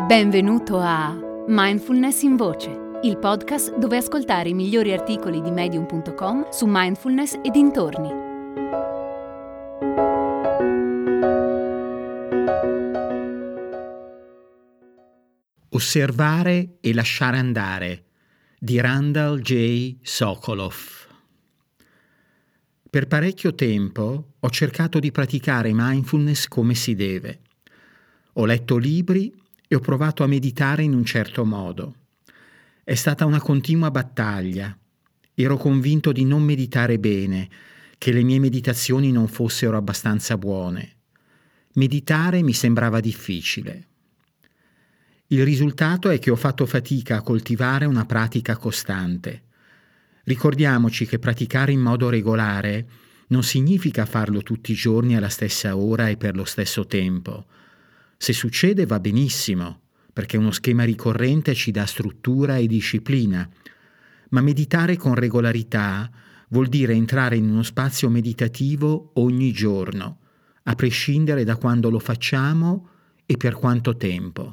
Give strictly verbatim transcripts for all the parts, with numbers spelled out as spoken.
Benvenuto a Mindfulness in Voce, il podcast dove ascoltare i migliori articoli di medium punto com su mindfulness e dintorni. Osservare e lasciare andare di Randall J. Sokoloff. Per parecchio tempo ho cercato di praticare mindfulness come si deve. Ho letto libri e ho provato a meditare in un certo modo. È stata una continua battaglia. Ero convinto di non meditare bene, che le mie meditazioni non fossero abbastanza buone. Meditare mi sembrava difficile. Il risultato è che ho fatto fatica a coltivare una pratica costante. Ricordiamoci che praticare in modo regolare non significa farlo tutti i giorni alla stessa ora e per lo stesso tempo. Se succede va benissimo, perché uno schema ricorrente ci dà struttura e disciplina, ma meditare con regolarità vuol dire entrare in uno spazio meditativo ogni giorno, a prescindere da quando lo facciamo e per quanto tempo.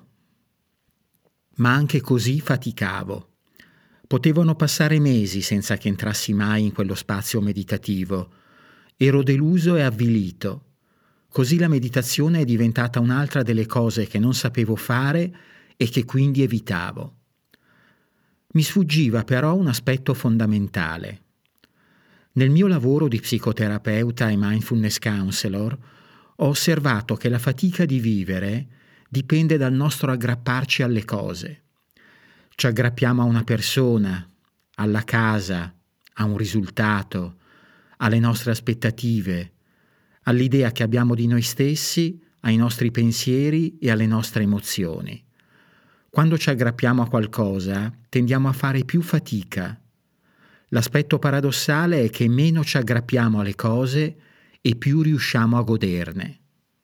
Ma anche così faticavo. Potevano passare mesi senza che entrassi mai in quello spazio meditativo. Ero deluso e avvilito. Così la meditazione è diventata un'altra delle cose che non sapevo fare e che quindi evitavo. Mi sfuggiva però un aspetto fondamentale. Nel mio lavoro di psicoterapeuta e mindfulness counselor ho osservato che la fatica di vivere dipende dal nostro aggrapparci alle cose. Ci aggrappiamo a una persona, alla casa, a un risultato, alle nostre aspettative, all'idea che abbiamo di noi stessi, ai nostri pensieri e alle nostre emozioni. Quando ci aggrappiamo a qualcosa, tendiamo a fare più fatica. L'aspetto paradossale è che meno ci aggrappiamo alle cose e più riusciamo a goderne.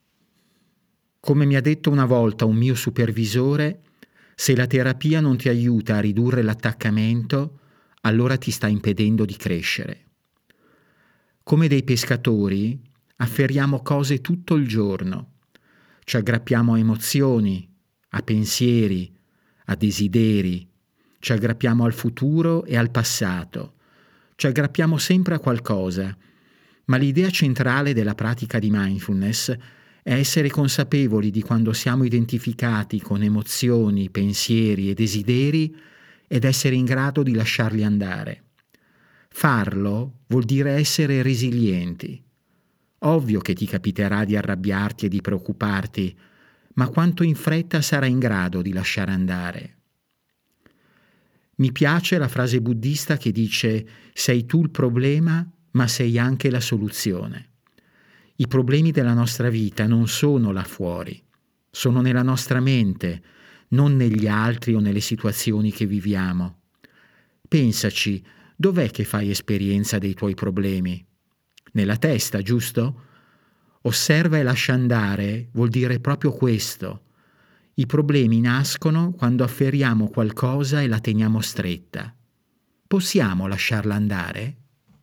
Come mi ha detto una volta un mio supervisore, se la terapia non ti aiuta a ridurre l'attaccamento, allora ti sta impedendo di crescere. Come dei pescatori, afferriamo cose tutto il giorno. Ci aggrappiamo a emozioni, a pensieri, a desideri. Ci aggrappiamo al futuro e al passato. Ci aggrappiamo sempre a qualcosa. Ma l'idea centrale della pratica di mindfulness è essere consapevoli di quando siamo identificati con emozioni, pensieri e desideri ed essere in grado di lasciarli andare. Farlo vuol dire essere resilienti. Ovvio che ti capiterà di arrabbiarti e di preoccuparti, ma quanto in fretta sarai in grado di lasciare andare? Mi piace la frase buddista che dice: sei tu il problema, ma sei anche la soluzione. I problemi della nostra vita non sono là fuori, sono nella nostra mente, non negli altri o nelle situazioni che viviamo. Pensaci, dov'è che fai esperienza dei tuoi problemi? Nella testa, giusto? Osserva e lascia andare vuol dire proprio questo. I problemi nascono quando afferriamo qualcosa e la teniamo stretta. Possiamo lasciarla andare?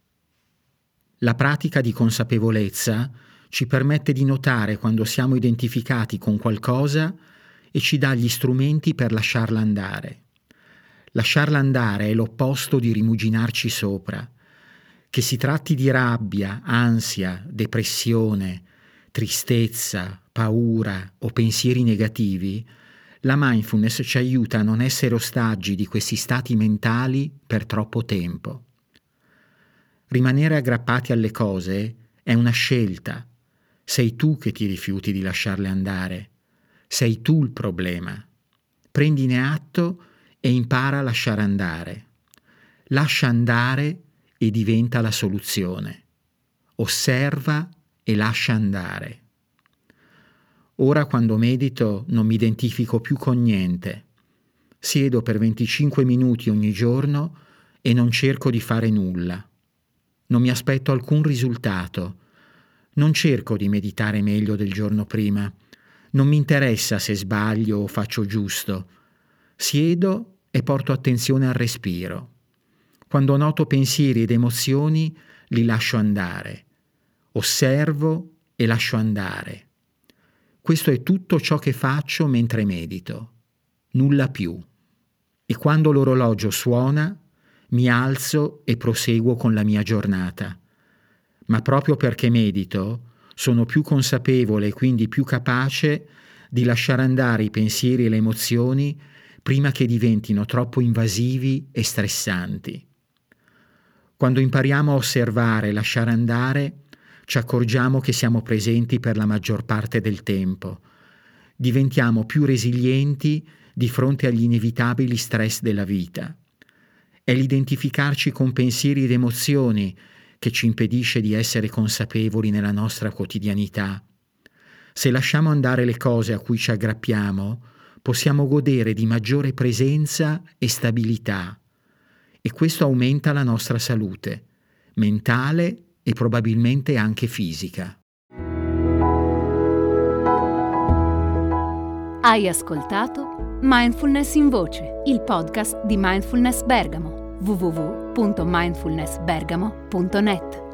La pratica di consapevolezza ci permette di notare quando siamo identificati con qualcosa e ci dà gli strumenti per lasciarla andare. Lasciarla andare è l'opposto di rimuginarci sopra. Che si tratti di rabbia, ansia, depressione, tristezza, paura o pensieri negativi, la mindfulness ci aiuta a non essere ostaggi di questi stati mentali per troppo tempo. Rimanere aggrappati alle cose è una scelta. Sei tu che ti rifiuti di lasciarle andare. Sei tu il problema. Prendine atto e impara a lasciare andare. Lascia andare e diventa la soluzione. Osserva e lascia andare. Ora quando medito non mi identifico più con niente. Siedo per venticinque minuti ogni giorno e non cerco di fare nulla. Non mi aspetto alcun risultato. Non cerco di meditare meglio del giorno prima. Non mi interessa se sbaglio o faccio giusto. Siedo e porto attenzione al respiro. Quando noto pensieri ed emozioni, li lascio andare. Osservo e lascio andare. Questo è tutto ciò che faccio mentre medito. nulla più. E quando l'orologio suona, mi alzo e proseguo con la mia giornata. Ma proprio perché medito, sono più consapevole e quindi più capace di lasciare andare i pensieri e le emozioni prima che diventino troppo invasivi e stressanti. Quando impariamo a osservare e lasciare andare, ci accorgiamo che siamo presenti per la maggior parte del tempo. Diventiamo più resilienti di fronte agli inevitabili stress della vita. È l'identificarci con pensieri ed emozioni che ci impedisce di essere consapevoli nella nostra quotidianità. Se lasciamo andare le cose a cui ci aggrappiamo, possiamo godere di maggiore presenza e stabilità. E questo aumenta la nostra salute, mentale e probabilmente anche fisica. Hai ascoltato Mindfulness in Voce, il podcast di Mindfulness Bergamo, w w w punto mindfulness bergamo punto net.